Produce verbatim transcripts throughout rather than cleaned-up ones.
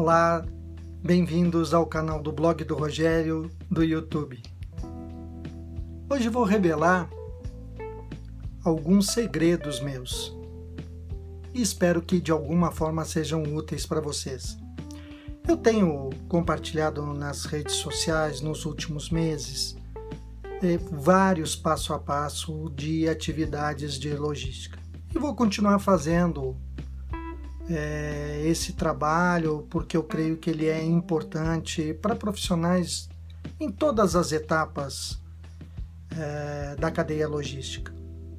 Olá, bem-vindos ao canal do Blog do Rogério do YouTube. Hoje vou revelar alguns segredos meus e espero que de alguma forma sejam úteis para vocês. Eu tenho compartilhado nas redes sociais nos últimos meses eh, vários passo a passo de atividades de logística e vou continuar fazendo É, esse trabalho porque eu creio que ele é importante para profissionais em todas as etapas é, da cadeia logística.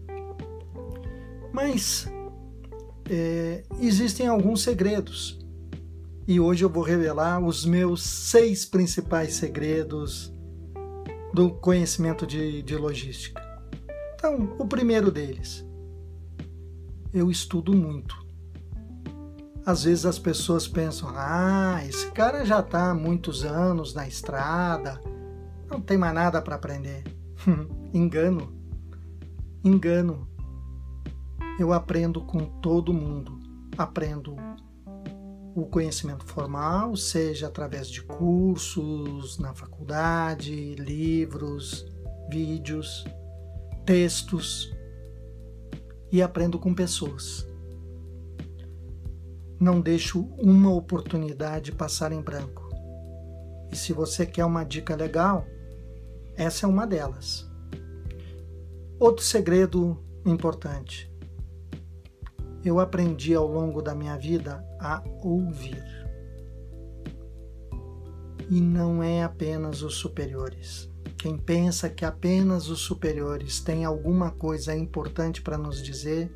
Mas é, existem alguns segredos e hoje eu vou revelar os meus seis principais segredos do conhecimento de, de logística. Então, o primeiro deles, eu estudo muito. Às vezes as pessoas pensam, ah, esse cara já está há muitos anos na estrada, não tem mais nada para aprender. Engano, engano. Eu aprendo com todo mundo. Aprendo o conhecimento formal, seja através de cursos, na faculdade, livros, vídeos, textos, e aprendo com pessoas. Não deixo uma oportunidade passar em branco. E se você quer uma dica legal, essa é uma delas. Outro segredo importante. Eu aprendi ao longo da minha vida a ouvir. E não é apenas os superiores. Quem pensa que apenas os superiores têm alguma coisa importante para nos dizer,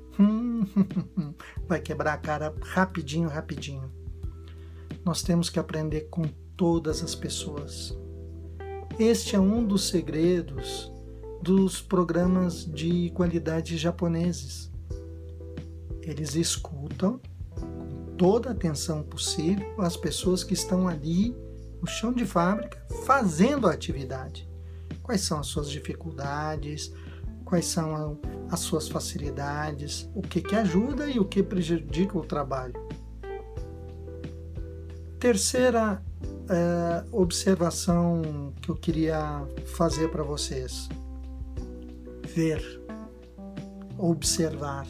vai quebrar a cara rapidinho, rapidinho. Nós temos que aprender com todas as pessoas. Este é um dos segredos dos programas de qualidade japoneses. Eles escutam com toda a atenção possível as pessoas que estão ali no chão de fábrica fazendo a atividade. Quais são as suas dificuldades? Quais são as suas facilidades, o que, que ajuda e o que prejudica o trabalho. Terceira é, observação que eu queria fazer para vocês. Ver, observar,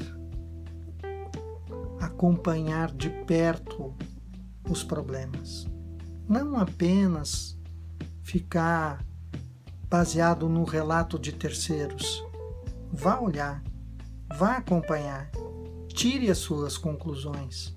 acompanhar de perto os problemas. Não apenas ficar baseado no relato de terceiros. Vá olhar, vá acompanhar, tire as suas conclusões.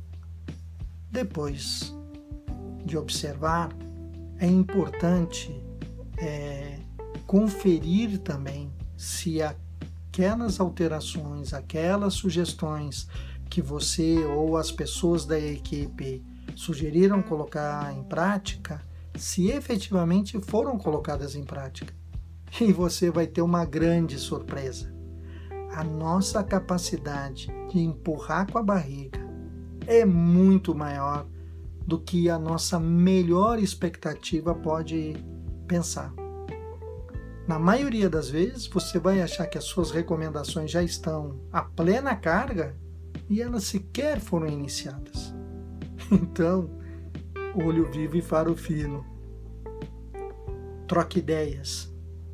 Depois de observar, é importante é, conferir também se aquelas alterações, aquelas sugestões que você ou as pessoas da equipe sugeriram colocar em prática, se efetivamente foram colocadas em prática. E você vai ter uma grande surpresa. A nossa capacidade de empurrar com a barriga é muito maior do que a nossa melhor expectativa pode pensar. Na maioria das vezes, você vai achar que as suas recomendações já estão a plena carga e elas sequer foram iniciadas. Então, olho vivo e faro fino. Troque ideias.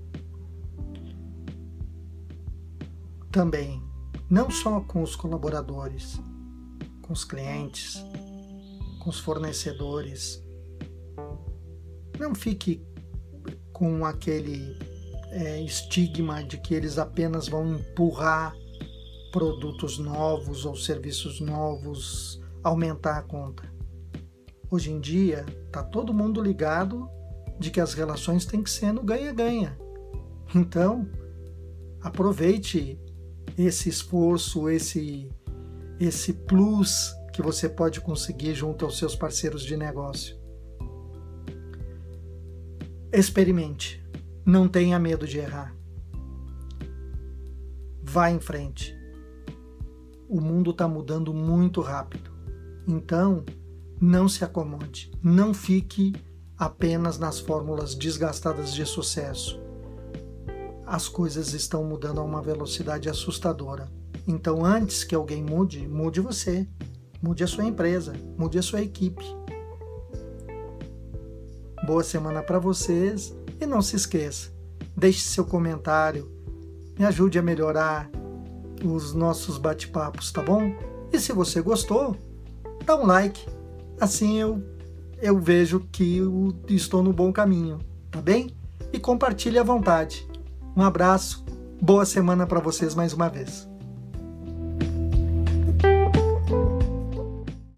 Também, não só com os colaboradores, com os clientes, com os fornecedores. Não fique com aquele é, estigma de que eles apenas vão empurrar produtos novos ou serviços novos, aumentar a conta. Hoje em dia, está todo mundo ligado de que as relações têm que ser no ganha-ganha. Então, aproveite esse esforço, esse, esse plus que você pode conseguir junto aos seus parceiros de negócio. Experimente. Não tenha medo de errar. Vá em frente. O mundo está mudando muito rápido. Então, não se acomode. Não fique apenas nas fórmulas desgastadas de sucesso. As coisas estão mudando a uma velocidade assustadora. Então, antes que alguém mude, mude você. mude a sua empresa, mude a sua equipe. Boa semana para vocês e não se esqueça, deixe seu comentário, me ajude a melhorar os nossos bate-papos, tá bom? E se você gostou, dá um like, assim eu, eu vejo que eu estou no bom caminho, tá bem? E compartilhe à vontade. Um abraço, boa semana para vocês mais uma vez.